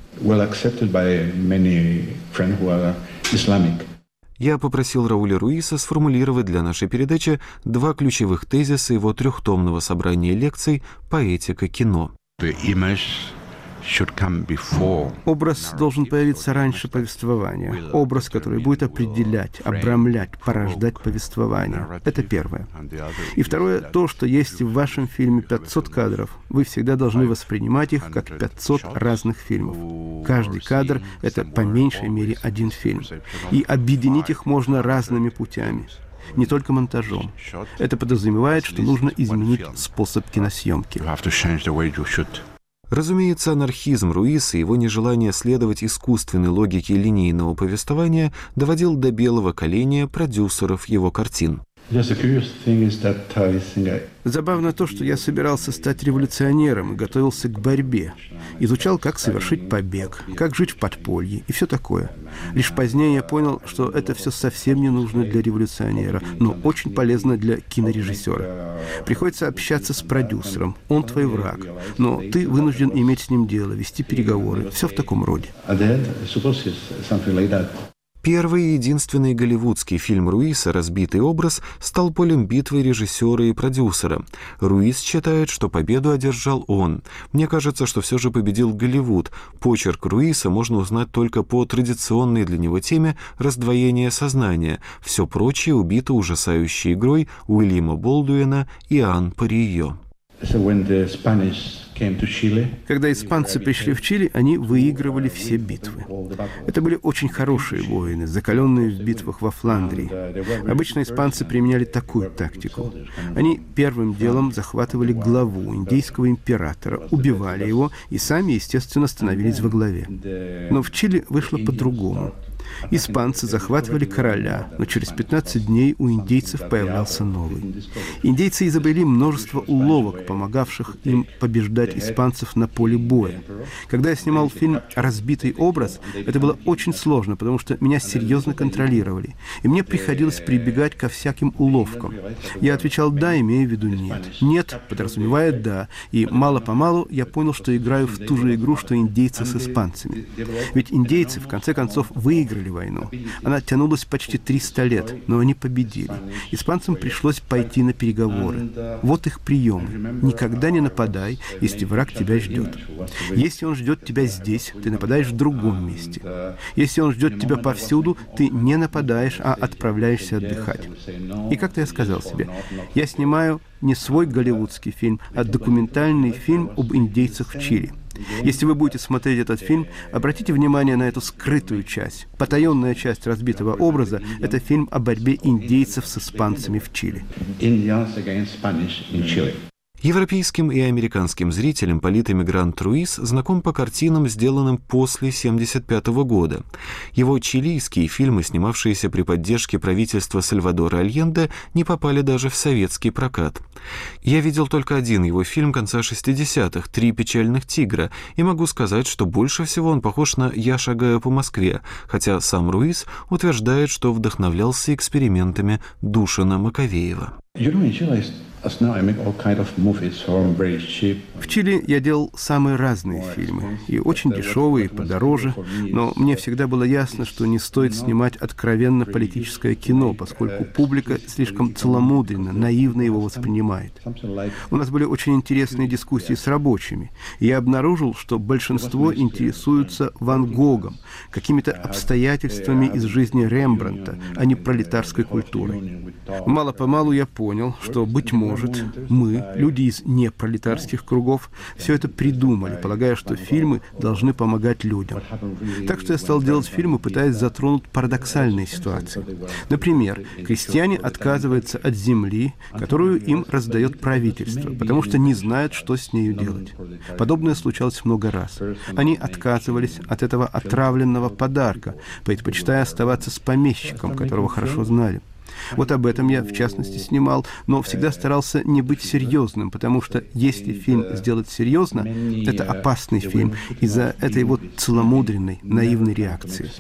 Я попросил Рауля Руиса сформулировать для нашей передачи два ключевых тезиса его трехтомного собрания лекций «Поэтика кино». Образ должен появиться раньше повествования. Образ, который будет определять, обрамлять, порождать повествование. Это первое. И второе, то, что есть в вашем фильме пятьсот кадров, вы всегда должны воспринимать их как пятьсот разных фильмов. Каждый кадр — это по меньшей мере один фильм. И объединить их можно разными путями. Не только монтажом. Это подразумевает, что нужно изменить способ киносъемки. Разумеется, анархизм Руиса и его нежелание следовать искусственной логике линейного повествования доводил до белого коленя продюсеров его картин. Забавно то, что я собирался стать революционером и готовился к борьбе. Изучал, как совершить побег, как жить в подполье и все такое. Лишь позднее я понял, что это все совсем не нужно для революционера, но очень полезно для кинорежиссера. Приходится общаться с продюсером, он твой враг, но ты вынужден иметь с ним дело, вести переговоры, все в таком роде. Первый и единственный голливудский фильм Руиса «Разбитый образ» стал полем битвы режиссера и продюсера. Руис считает, что победу одержал он. Мне кажется, что все же победил Голливуд. Почерк Руиса можно узнать только по традиционной для него теме раздвоения сознания. Все прочее убито ужасающей игрой Уильяма Болдуина и Ан Парийо. Когда испанцы пришли в Чили, они выигрывали все битвы. Это были очень хорошие воины, закаленные в битвах во Фландрии. Обычно испанцы применяли такую тактику. Они первым делом захватывали главу индейского императора, убивали его и сами, естественно, становились во главе. Но в Чили вышло по-другому. Испанцы захватывали короля, но через пятнадцать дней у индейцев появлялся новый. Индейцы изобрели множество уловок, помогавших им побеждать испанцев на поле боя. Когда я снимал фильм «Разбитый образ», это было очень сложно, потому что меня серьезно контролировали, и мне приходилось прибегать ко всяким уловкам. Я отвечал «да», имея в виду «нет». «Нет», подразумевая «да», и мало-помалу я понял, что играю в ту же игру, что индейцы с испанцами. Ведь индейцы, в конце концов, выиграли войну. Она тянулась почти триста лет, но они победили. Испанцам пришлось пойти на переговоры. Вот их прием. Никогда не нападай, если враг тебя ждет. Если он ждет тебя здесь, ты нападаешь в другом месте. Если он ждет тебя повсюду, ты не нападаешь, а отправляешься отдыхать. И как-то я сказал себе, я снимаю не свой голливудский фильм, а документальный фильм об индейцах в Чили. Если вы будете смотреть этот фильм, обратите внимание на эту скрытую часть. Потаенная часть разбитого образа – это фильм о борьбе индейцев с испанцами в Чили. Европейским и американским зрителям политэмигрант Руис знаком по картинам, сделанным после семьдесят пятого года. Его чилийские фильмы, снимавшиеся при поддержке правительства Сальвадора Альенде, не попали даже в советский прокат. Я видел только один его фильм конца шестидесятых «Три печальных тигра», и могу сказать, что больше всего он похож на «Я шагаю по Москве», хотя сам Руис утверждает, что вдохновлялся экспериментами Душана Маковеева. В Чили я делал самые разные фильмы, и очень дешевые, и подороже, но мне всегда было ясно, что не стоит снимать откровенно политическое кино, поскольку публика слишком целомудренно, наивно его воспринимает. У нас были очень интересные дискуссии с рабочими, и я обнаружил, что большинство интересуются Ван Гогом, какими-то обстоятельствами из жизни Рембрандта, а не пролетарской культурой. Мало-помалу я понял, что, быть может, Может, мы, люди из непролетарских кругов, все это придумали, полагая, что фильмы должны помогать людям. Так что я стал делать фильмы, пытаясь затронуть парадоксальные ситуации. Например, крестьяне отказываются от земли, которую им раздает правительство, потому что не знают, что с нею делать. Подобное случалось много раз. Они отказывались от этого отравленного подарка, предпочитая оставаться с помещиком, которого хорошо знали. Вот об этом я, в частности, снимал, но всегда старался не быть серьезным, потому что если фильм сделать серьезно, это опасный фильм из-за этой вот целомудренной, наивной реакции.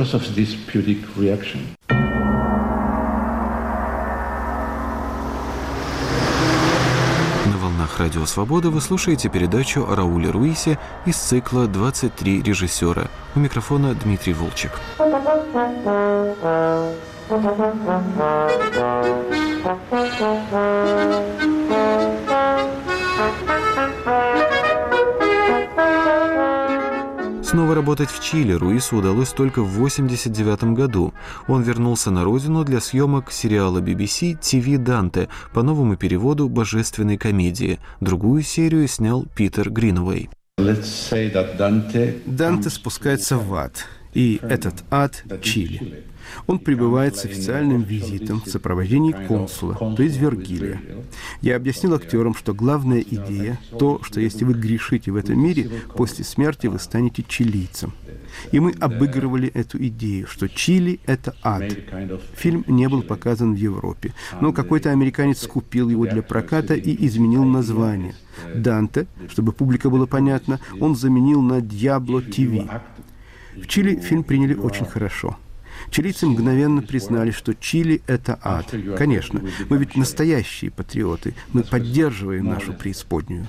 На волнах Радио Свобода вы слушаете передачу о Рауле Руисе из цикла «двадцать три режиссера». У микрофона Дмитрий Волчек. Снова работать в Чили Руису удалось только в восемьдесят девятом году. Он вернулся на родину для съемок сериала би би си «ти ви Данте» по новому переводу «Божественной комедии». Другую серию снял Питер Гринуэй. Данте спускается в ад, и этот ад — Чили. Он прибывает с официальным визитом в сопровождении консула, то есть Вергилия. Я объяснил актерам, что главная идея — то, что если вы грешите в этом мире, после смерти вы станете чилийцем. И мы обыгрывали эту идею, что Чили — это ад. Фильм не был показан в Европе, но какой-то американец купил его для проката и изменил название. Данте, чтобы публика было понятно, он заменил на Диабло ти ви. В Чили фильм приняли очень хорошо. Чилийцы мгновенно признали, что Чили — это ад. Конечно, мы ведь настоящие патриоты. Мы поддерживаем нашу преисподнюю.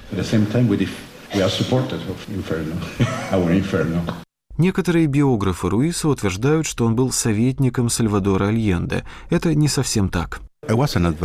Некоторые биографы Руиса утверждают, что он был советником Сальвадора Альенде. Это не совсем так. Я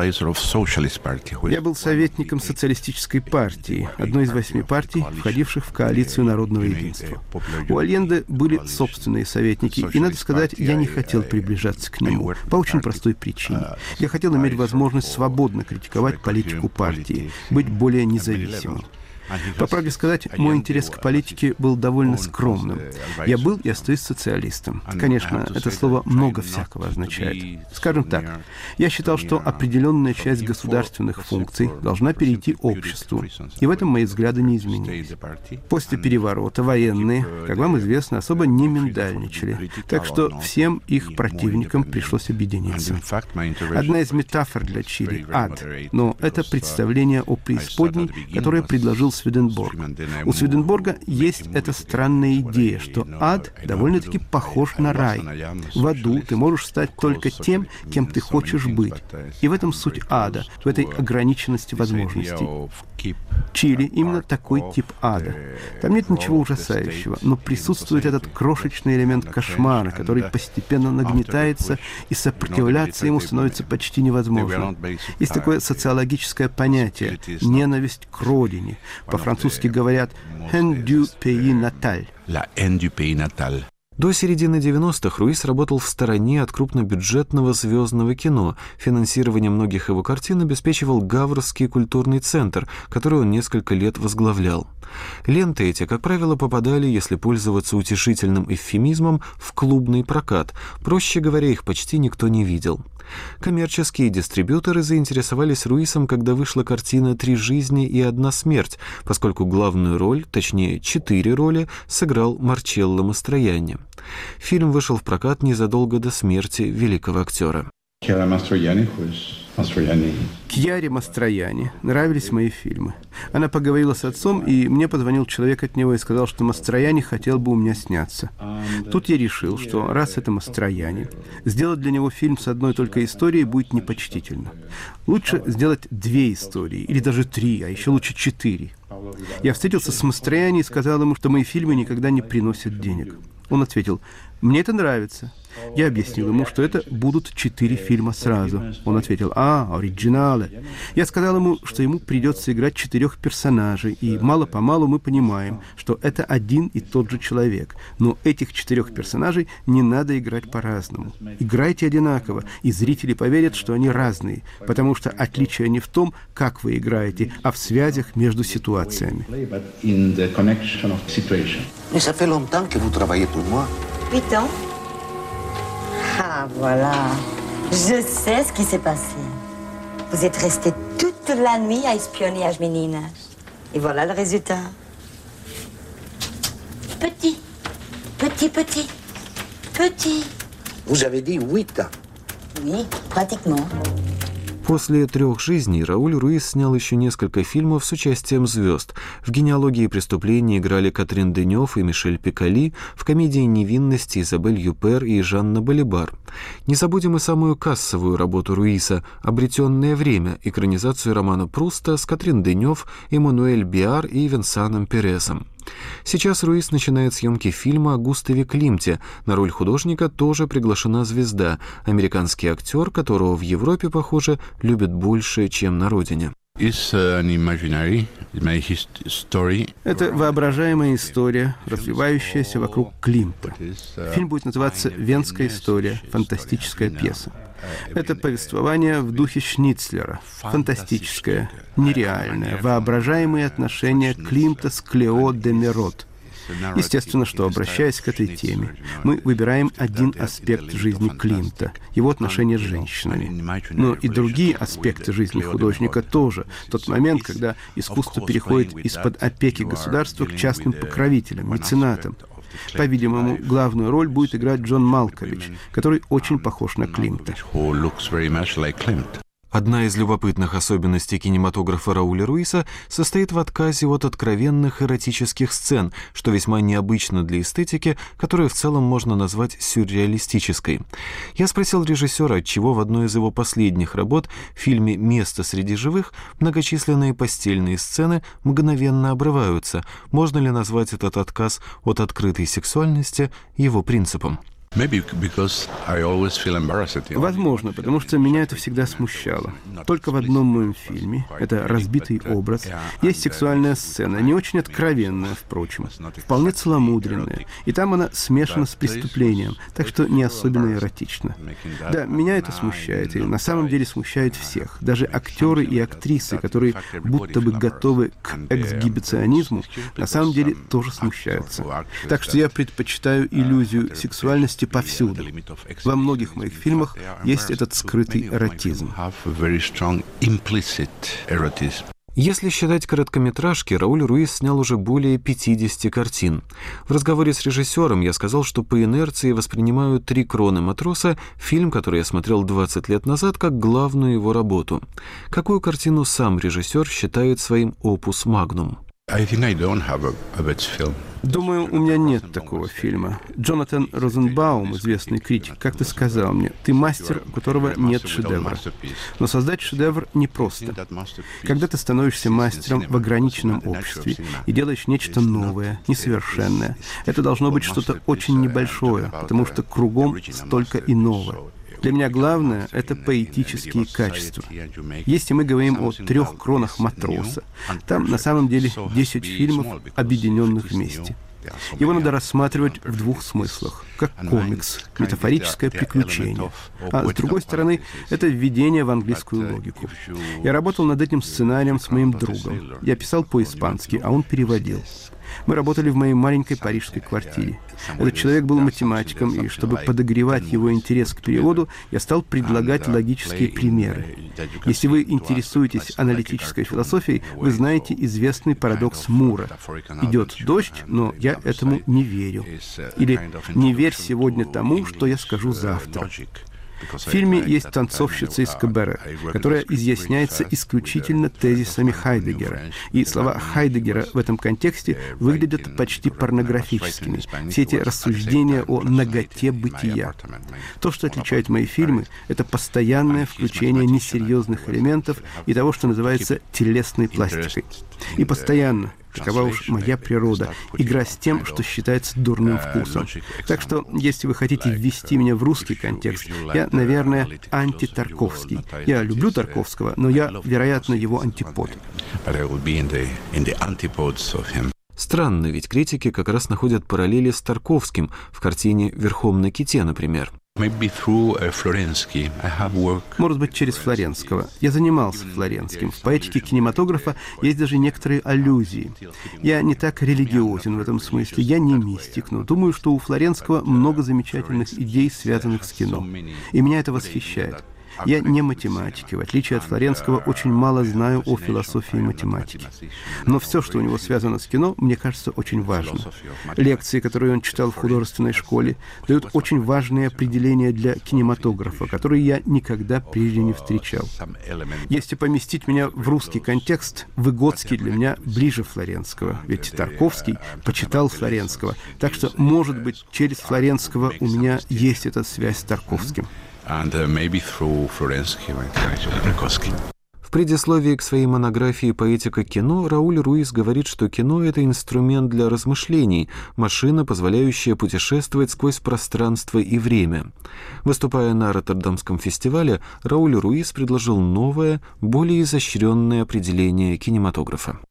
был советником социалистической партии, одной из восьми партий, входивших в коалицию народного единства. У Альенде были собственные советники, и, надо сказать, я не хотел приближаться к нему, по очень простой причине. Я хотел иметь возможность свободно критиковать политику партии, быть более независимым. По правде сказать, мой интерес к политике был довольно скромным. Я был и остаюсь социалистом. Конечно, это слово много всякого означает. Скажем так, я считал, что определенная часть государственных функций должна перейти обществу. И в этом мои взгляды не изменились. После переворота военные, как вам известно, особо не миндальничали. Так что всем их противникам пришлось объединиться. Одна из метафор для Чили — ад. Но это представление о преисподней, которое предложил Сведенборг. У Сведенборга есть эта странная идея, что ад довольно-таки похож на рай. В аду ты можешь стать только тем, кем ты хочешь быть. И в этом суть ада, в этой ограниченности возможностей. Чили — именно такой тип ада. Там нет ничего ужасающего, но присутствует этот крошечный элемент кошмара, который постепенно нагнетается, и сопротивляться ему становится почти невозможно. Есть такое социологическое понятие — ненависть к родине. По-французски говорят «haine du pays natal». До середины девяностых Руис работал в стороне от крупнобюджетного звездного кино. Финансирование многих его картин обеспечивал Гаврский культурный центр, который он несколько лет возглавлял. Ленты эти, как правило, попадали, если пользоваться утешительным эвфемизмом, в клубный прокат. Проще говоря, их почти никто не видел. Коммерческие дистрибьюторы заинтересовались Руисом, когда вышла картина «Три жизни и одна смерть», поскольку главную роль, точнее, четыре роли, сыграл Марчелло Мастроянни. Фильм вышел в прокат незадолго до смерти великого актера. Кьяре Мастроянни нравились мои фильмы. Она поговорила с отцом, и мне позвонил человек от него и сказал, что Мастроянни хотел бы у меня сняться. Тут я решил, что раз это Мастроянни, сделать для него фильм с одной только историей будет непочтительно. Лучше сделать две истории, или даже три, а еще лучше четыре. Я встретился с Мастроянни и сказал ему, что мои фильмы никогда не приносят денег. Он ответил: «Мне это нравится». Я объяснил ему, что это будут четыре фильма сразу. Он ответил: «А, оригиналы». Я сказал ему, что ему придется играть четырех персонажей, и мало-помалу мы понимаем, что это один и тот же человек. Но этих четырех персонажей не надо играть по-разному. Играйте одинаково, и зрители поверят, что они разные, потому что отличие не в том, как вы играете, а в связях между ситуациями. Huit ans. Ah, voilà. Je sais ce qui s'est passé. Vous êtes resté toute la nuit à espionner à Jménine. Et voilà le résultat. Petit. Petit, petit. Petit. Vous avez dit huit ans. Oui, pratiquement. После «Трех жизней» Рауль Руис снял еще несколько фильмов с участием звезд. В «Генеалогии преступлений» играли Катрин Денев и Мишель Пиколи, в комедии «Невинности» Изабель Юпер и Жанна Балибар. Не забудем и самую кассовую работу Руиса «Обретенное время», экранизацию романа Пруста с Катрин Денев, Эммануэль Биар и Венсаном Пересом. Сейчас Руис начинает съемки фильма о Густаве Климте. На роль художника тоже приглашена звезда, американский актер, которого в Европе, похоже, любят больше, чем на родине. Это воображаемая история, развивающаяся вокруг Климта. Фильм будет называться «Венская история. Фантастическая пьеса». Это повествование в духе Шницлера. Фантастическое, нереальное, воображаемые отношения Климта с Клео де Мерот. Естественно, что, обращаясь к этой теме, мы выбираем один аспект жизни Климта, его отношения с женщинами. Но и другие аспекты жизни художника тоже. Тот момент, когда искусство переходит из-под опеки государства к частным покровителям, меценатам. По-видимому, главную роль будет играть Джон Малкович, который очень похож на Климта. Одна из любопытных особенностей кинематографа Рауля Руиса состоит в отказе от откровенных эротических сцен, что весьма необычно для эстетики, которую в целом можно назвать сюрреалистической. Я спросил режиссера, отчего в одной из его последних работ, в фильме «Место среди живых», многочисленные постельные сцены мгновенно обрываются. Можно ли назвать этот отказ от открытой сексуальности его принципом? Возможно, потому что меня это всегда смущало. Только в одном моем фильме, это «Разбитый образ», есть сексуальная сцена, не очень откровенная, впрочем, вполне целомудренная, и там она смешана с преступлением, так что не особенно эротично. Да, меня это смущает, и на самом деле смущает всех. Даже актеры и актрисы, которые будто бы готовы к эксгибиционизму, на самом деле тоже смущаются. Так что я предпочитаю иллюзию сексуальности повсюду. Во многих моих фильмах есть этот скрытый эротизм. Если считать короткометражки, Рауль Руис снял уже более пятидесяти картин. В разговоре с режиссером я сказал, что по инерции воспринимаю «Три кроны матроса», фильм, который я смотрел двадцать лет назад, как главную его работу. Какую картину сам режиссер считает своим опус магнум? Думаю, у меня нет такого фильма. Джонатан Розенбаум, известный критик, как-то сказал мне: «Ты мастер, у которого нет шедевра». Но создать шедевр непросто. Когда ты становишься мастером в ограниченном обществе и делаешь нечто новое, несовершенное, это должно быть что-то очень небольшое, потому что кругом столько иного. Для меня главное — это поэтические качества. Если мы говорим о «Трех кронах матроса», там на самом деле десять фильмов, объединенных вместе. Его надо рассматривать в двух смыслах. Как комикс, метафорическое приключение. А с другой стороны, это введение в английскую логику. Я работал над этим сценарием с моим другом. Я писал по-испански, а он переводил. Мы работали в моей маленькой парижской квартире. Этот человек был математиком, и чтобы подогревать его интерес к переводу, я стал предлагать логические примеры. Если вы интересуетесь аналитической философией, вы знаете известный парадокс Мура. Идет дождь, но я этому не верю. Или «не верь сегодня тому, что я скажу завтра». В фильме есть танцовщица из кабаре, которая изъясняется исключительно тезисами Хайдеггера. И слова Хайдеггера в этом контексте выглядят почти порнографическими. Все эти рассуждения о наготе бытия. То, что отличает мои фильмы, это постоянное включение несерьезных элементов и того, что называется телесной пластикой. И постоянно, такова уж моя природа, игра с тем, что считается дурным вкусом. Так что, если вы хотите ввести меня в русский контекст, я, наверное, анти-Тарковский. Я люблю Тарковского, но я, вероятно, его антипод. Странно, ведь критики как раз находят параллели с Тарковским в картине «Верхом на ките», например. Может быть, через Флоренского. Я занимался Флоренским. В поэтике кинематографа есть даже некоторые аллюзии. Я не так религиозен в этом смысле, я не мистик, но думаю, что у Флоренского много замечательных идей, связанных с кино. И меня это восхищает. Я не математик, и в отличие от Флоренского очень мало знаю о философии математики. Но все, что у него связано с кино, мне кажется очень важным. Лекции, которые он читал в художественной школе, дают очень важные определения для кинематографа, которые я никогда прежде не встречал. Если поместить меня в русский контекст, Выготский для меня ближе Флоренского, ведь Тарковский почитал Флоренского, так что, может быть, через Флоренского у меня есть эта связь с Тарковским. And, uh, maybe through Florensky, в предисловии к своей монографии «Поэтика кино» Рауль Руис говорит, что кино — это инструмент для размышлений, машина, позволяющая путешествовать сквозь пространство и время. Выступая на Роттердамском фестивале, Рауль Руис предложил новое, более изощренное определение кинематографа.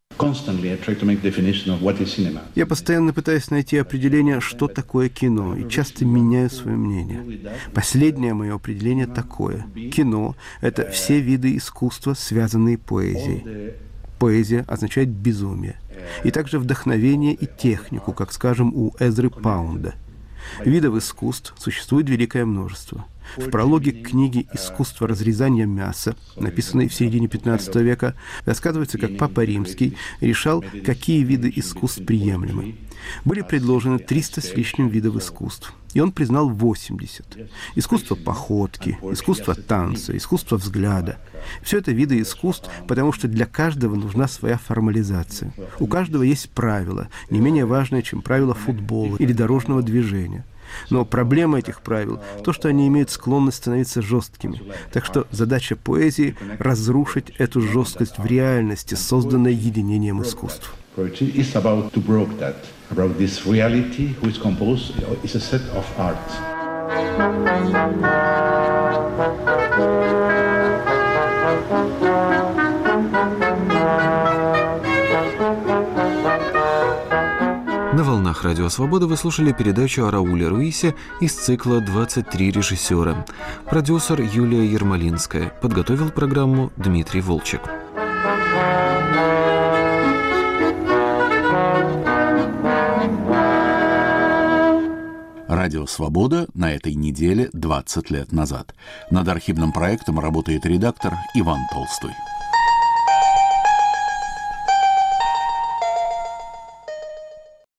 Я постоянно пытаюсь найти определение, что такое кино, и часто меняю свое мнение. Последнее мое определение такое. Кино — это все виды искусства, связанные поэзией. Поэзия означает безумие. И также вдохновение и технику, как, скажем, у Эзры Паунда. Видов искусств существует великое множество. В прологе к книге «Искусство разрезания мяса», написанной в середине пятнадцатого века, рассказывается, как Папа Римский решал, какие виды искусств приемлемы. Были предложены триста с лишним видов искусств, и он признал восемьдесят. Искусство походки, искусство танца, искусство взгляда. Все это виды искусств, потому что для каждого нужна своя формализация. У каждого есть правила, не менее важное, чем правила футбола или дорожного движения. Но проблема этих правил — то, что они имеют склонность становиться жесткими. Так что задача поэзии — разрушить эту жесткость в реальности, созданной единением искусств. На волнах Радио Свобода вы слушали передачу о Рауле Руисе из цикла «двадцать три режиссера». Продюсер Юлия Ермолинская. Подготовил программу Дмитрий Волчек. Радио «Свобода» на этой неделе двадцать лет назад. Над архивным проектом работает редактор Иван Толстой.